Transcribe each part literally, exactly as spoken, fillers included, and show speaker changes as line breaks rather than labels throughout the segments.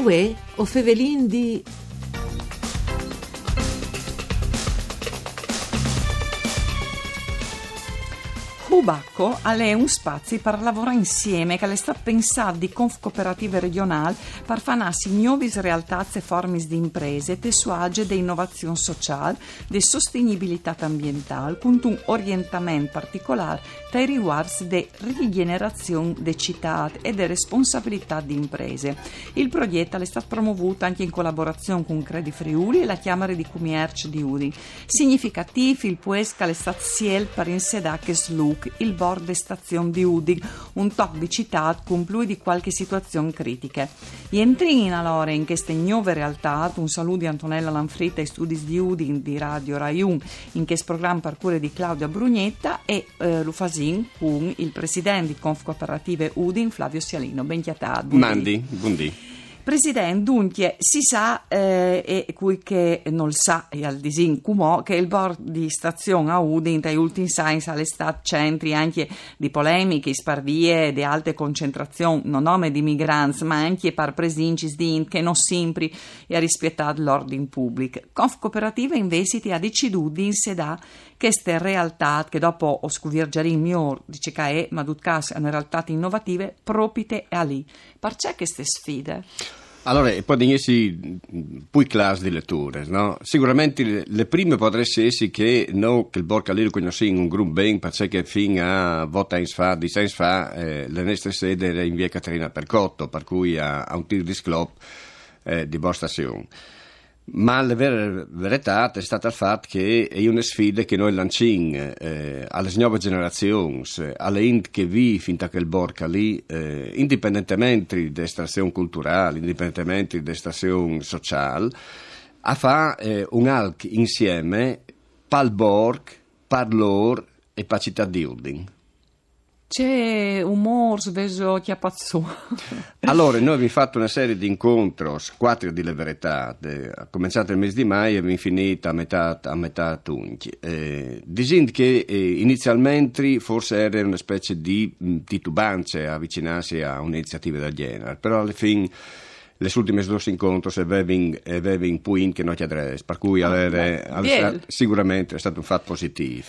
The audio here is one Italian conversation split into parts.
Uè, o fevelin di...
Ubacco è un spazio per lavorare insieme che è stato pensato di conf cooperative regionali per fanarsi nuove realtà e forme di imprese tessuage di innovazione sociale, di sostenibilità ambientale, con un orientamento particolare dai riguardi di rigenerazione delle città e di responsabilità di imprese. Il progetto è stato promovuto anche in collaborazione con Credi Friuli e la Camera di Commercio di Udine. Significativo il pues che è stato siel per insedare che SLUC, il board de stazione di Udine, un toc di città con più di qualche situazione critica. E entrin allora in queste nuove realtà, un saluto di Antonella Lanfritta e studi di Udine di Radio Rai uno, in questo programma per cura di Claudia Brugnetta e eh, lo fasin con il presidente di Conf Cooperative Udine, Flavio Sialino. Ben chiatato.
Mandi, buondì.
Presidente, dunque, si sa, eh, e qui che non sa, e al disin cumò, che il board di stazione a Udine, dai ultimi anni, è stato centri anche di polemiche, spardie e di alte concentrazioni, non nome di migranti, ma anche per presinci di che non sempre è rispettato l'ordine pubblico. Conf Cooperativa invece ha deciso di insedare queste realtà che dopo ho scovirgiare mio, dice che è, ma tutte case sono realtà innovative, propite a lì. Perché queste sfide?
Allora, poi dirsi poi classe di letture, no? Sicuramente le, le prime potrebbero essere che no, che il Borca Lilo conosciamo un gruppo ben, perché fino a voti anni fa, dieci anni fa, eh, la nostra sede era in via Caterina Percotto, per cui a, a un tiro di sclop eh, di Bo Stazione. Ma la vera verità è stata il fatto che è una sfida che noi lanciamo eh, alle nuove generazioni, alle int che vi finta che il Borca lì, eh, indipendentemente dall'estrazione culturale, indipendentemente dall'estrazione sociale, a fare eh, un alc insieme pal Borg, par loro e per città di Udine.
C'è umore sveso chiappazzo.
Allora, noi abbiamo fatto una serie di incontri, quattro di le verità, ha cominciato il mese di maio e abbiamo finito a metà, a metà giugno. Eh, dicendo che eh, inizialmente forse era una specie di mh, titubanza a avvicinarsi a un'iniziativa del genere, però alla fine le ultime due incontri avevano un point che non ci adresse, per cui oh, era, era, sicuramente è stato un fatto positivo.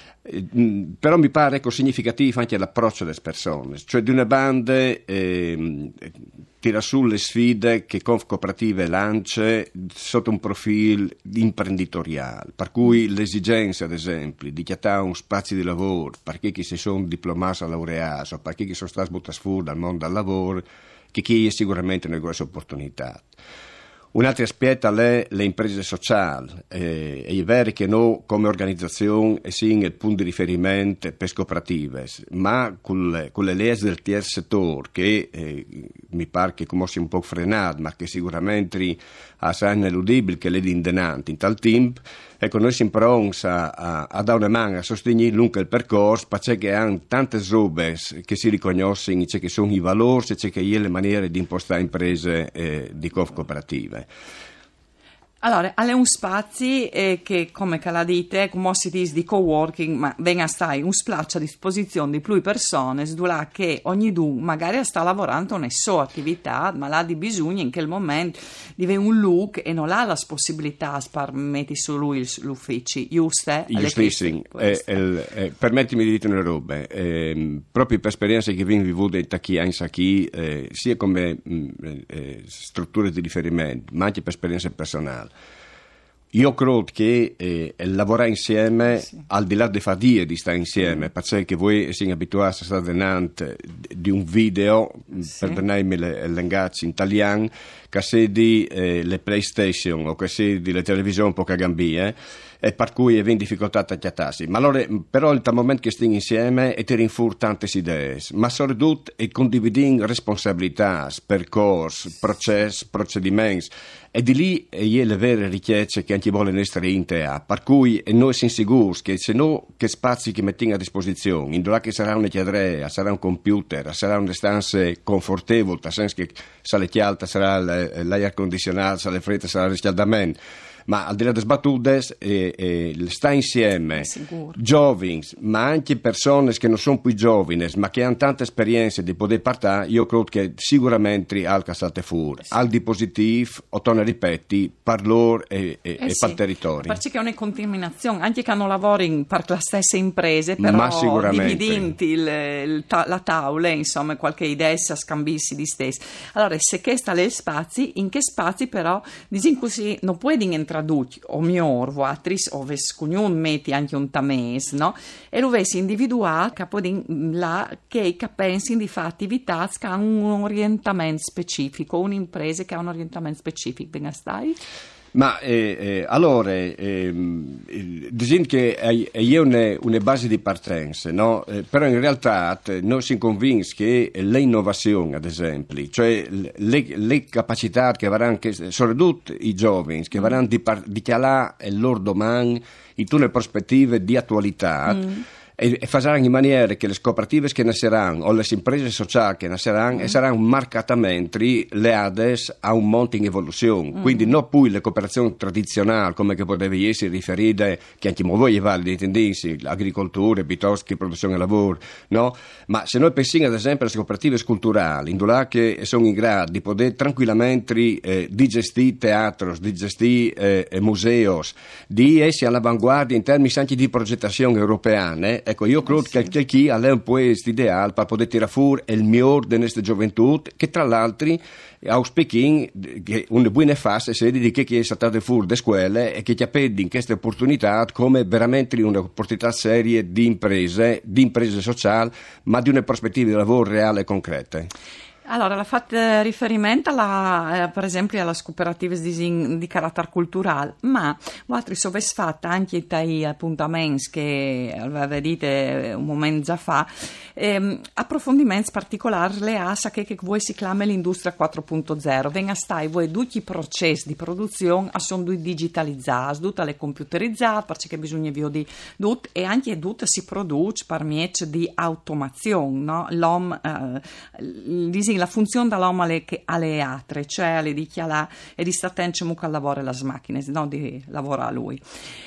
Però mi pare ecco, significativo anche l'approccio delle persone, cioè di una banda eh, tira su le sfide che Conf Cooperative lancia sotto un profilo imprenditoriale, per cui l'esigenza ad esempio di chiattare un spazio di lavoro perché chi si sono diplomati laureati o perché chi sono stati buttati fuori dal mondo del lavoro, che chi è sicuramente una grossa opportunità. Un altro aspetto è le imprese sociali. Eh, è vero che noi come organizzazione siamo il punto di riferimento per cooperative, ma con le, con le leggi del terzo settore, che eh, mi pare che come sia un po' frenato, ma che sicuramente è ineludibile che le indenanti in tal tempo, ecco, noi siamo pronti a, a, a dare una mano a sostenere lungo il percorso, perché hanno tante robe che si riconoscono, che sono i valori, che sono le maniere di impostare imprese eh, di Conf Cooperative.
Allora, è un spazio eh, che, come la dite, come si dice di coworking, ma venga stai un spazio a disposizione di più persone, sdula che ogni dun magari sta lavorando nella sua attività, ma l'ha di bisogno in quel momento di un look e non ha la possibilità per mettere su lui l'ufficio, giusto?
Giustissimo. Eh, eh, eh, permettimi di dire una roba, eh, proprio per esperienze che vengono vivute da chi anche chi, eh, sia come mh, eh, strutture di riferimento, ma anche per esperienze personali. Io credo che eh, lavorare insieme, sì, al di là di fatica di stare insieme, mm. perché voi siete abituati a stare davanti di un video, sì, perdonatemi il linguaggio in italiano, che sia di eh, le PlayStation o che sia di le televisioni poca gambie, e per cui è in difficoltà a chiattarsi. Ma allora, però, il momento che stiamo insieme e tirare fuori tante idee, ma soprattutto e condividere responsabilità, percorsi, processi, procedimenti, e di lì è le vere ricchezze che anche vuole essere intere, per cui noi siamo sicuri che se no che spazi che mettiamo a disposizione, in che sarà una chiadrea, sarà un computer, sarà una stanza confortevole, nel senso che sarà chialta, sarà l'aria condizionata, sarà fredda, sarà il riscaldamento, ma al di là delle battute, eh, eh, sta insieme giovani, ma anche persone che non sono più giovani, ma che hanno tante esperienze di poter partire, io credo che sicuramente alca salte fuori, sì. Al di positivo, o torna ripeti, per loro e, e,
eh
e
sì,
per il territorio.
Perché è una contaminazione, anche che hanno lavori in, per le stesse imprese, però dividenti il, il, la tavola, insomma, qualche idea sa scambissi di stessi. Allora, se che sta le spazi, in che spazi però, disin così, non puoi introdurre, o mio, vuatris, o vescunion metti anche un tames, no? E lo vesi individuato, capo di là, che pensi di fare attività che hanno un orientamento specifico, un'impresa che ha un orientamento specifico, ben stai?
Ma eh, eh, allora, eh, diciamo che è una, una base di partenza, no? Eh, però in realtà noi siamo convinti che l'innovazione, ad esempio, cioè le, le capacità che avranno, soprattutto i giovani, che avranno di, par- di chialare il loro domani in tutte le prospettive di attualità, mm. e, e faranno in maniera che le cooperative che nasceranno o le imprese sociali che nasceranno mm. e saranno marcatamente leate a un mondo in evoluzione, mm. quindi non più le cooperazioni tradizionali come che poteva essere riferite, che anche voi vale di tendenze, agricoltura piuttosto che produzione e lavoro, no? Ma se noi pensiamo ad esempio alle cooperative culturali, in dove che sono in grado di poter tranquillamente eh, di gestire teatri, di gestire eh, musei, di essere all'avanguardia in termini anche di progettazione europeane. Ecco, io credo sì. che chi ha un po' questo ideale per poter tirare fuori il migliore di questa gioventù, che tra l'altro auspichiamo che una buona fase si di che è stata fuori da scuole e che ti appedi in queste opportunità come veramente un'opportunità serie di imprese, di imprese sociali, ma di una prospettiva di lavoro reale e concrete.
Allora, l'ha fatto riferimento alla, eh, per esempio alle cooperative di, di carattere culturale, ma altri sono fatta anche dai appuntamenti che vedete un momento già fa, ehm, approfondimenti particolari le A S A che, che voi si chiama l'industria quattro punto zero. Venga stai voi tutti i processi di produzione sono digitalizzati, tutte le computerizzate, perché bisogna via di tutto, e anche tutto si produce per mezzo di automazione, no? L'uomo, eh, la funzione dall'uomo alle, alle altre, cioè alle di chi ha e di statence che lavora le macchine, no, di lavora a lui.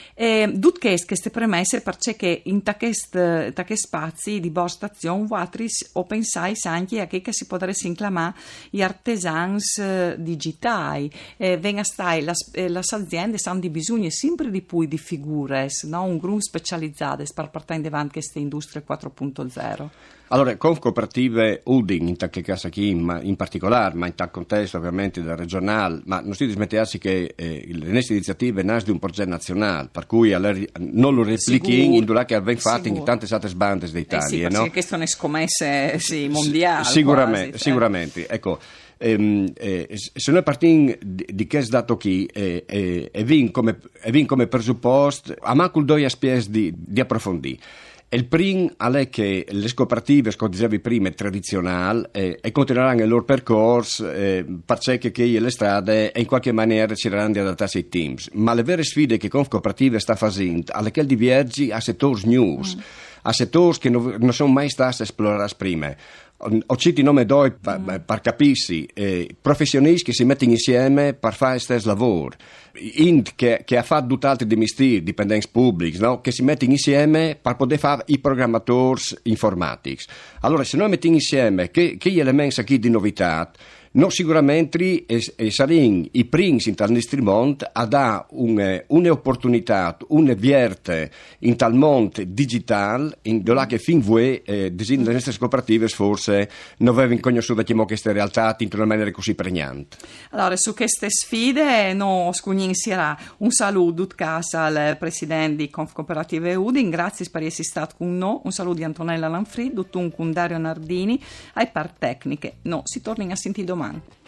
E tutte queste premesse perché in questi spazi di vostra azione vuatris o pensai anche a che si potrebbe inclamare gli artesans digitali, eh, venga stai le aziende hanno di bisogno sempre di più di figure, no? Un gruppo specializzato per portare in avanti queste industrie quattro punto zero.
Allora, con cooperative holding, in tal caso qui in, in particolare, ma in tal contesto ovviamente del regionale, ma non si dismettersi che eh, le nostre iniziative nascono di un progetto nazionale, per cui alle, non lo replichi in dove che avviene fatto in tante altre bande d'Italia.
Eh sì,
no?
Perché queste sono scommesse sì, mondiali.
Sicuramente,
quasi,
sicuramente. Cioè. Ecco, ehm, eh, se noi partiamo di, di che dato qui e eh, eh, vin come, come presupposto, a manco due aspetti di, di approfondire. Il primo è che le cooperative, come dicevi prima, tradizionali eh, e continueranno il loro percorso eh, perché che le strade in qualche maniera cercheranno di adattarsi ai teams. Ma le vere sfide che con cooperative sta facendo è che divergi a settori news, mm. a settori che non, non sono mai stati esplorati prima. Ho citato il nome due per, mm. per capirsi, eh, professionisti che si mettono insieme per fare il stesso lavoro. Int che, che ha fatto tutt'altri di mestieri, dipendenti pubblici, no? Che si mettono insieme per poter fare i programmatori informatici. Allora, se noi mettiamo insieme che, che gli elementi qui di novità, no, sicuramente e, e saranno i primi in tal nostro mondo a dare un, un'opportunità, una vierte in tal mondo digitale, in dove che fin voi, eh, le nostre cooperative forse non avevano conosciuto queste realtà in una maniera così pregnante.
Allora, su queste sfide, no, scugninserà un saluto al presidente di Confcooperative Udin, grazie per essere stato con noi, un saluto di Antonella Lanfrid, un con Dario Nardini, ai par tecniche. No, si torna a sentire domani.